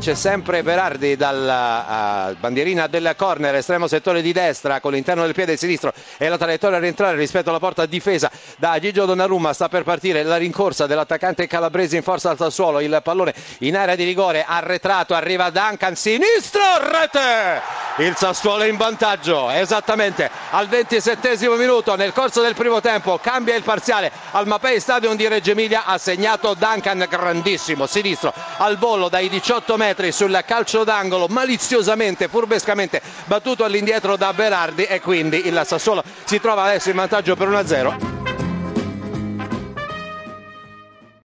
c'è sempre Berardi dalla bandierina del corner, estremo settore di destra con l'interno del piede sinistro e la traiettoria a rientrare rispetto alla porta difesa da Gigio Donnarumma. Sta per partire la rincorsa dell'attaccante calabrese in forza al Sassuolo, il pallone in area di rigore, arretrato, arriva Duncan, sinistro, rete! Il Sassuolo in vantaggio esattamente al 27esimo minuto. Nel corso del primo tempo cambia il parziale al Mapei Stadium di Reggio Emilia, ha segnato Duncan, grandissimo sinistro al volo dai 18 metri sul calcio d'angolo, maliziosamente, furbescamente battuto all'indietro da Berardi, e quindi il Sassuolo si trova adesso in vantaggio per 1-0.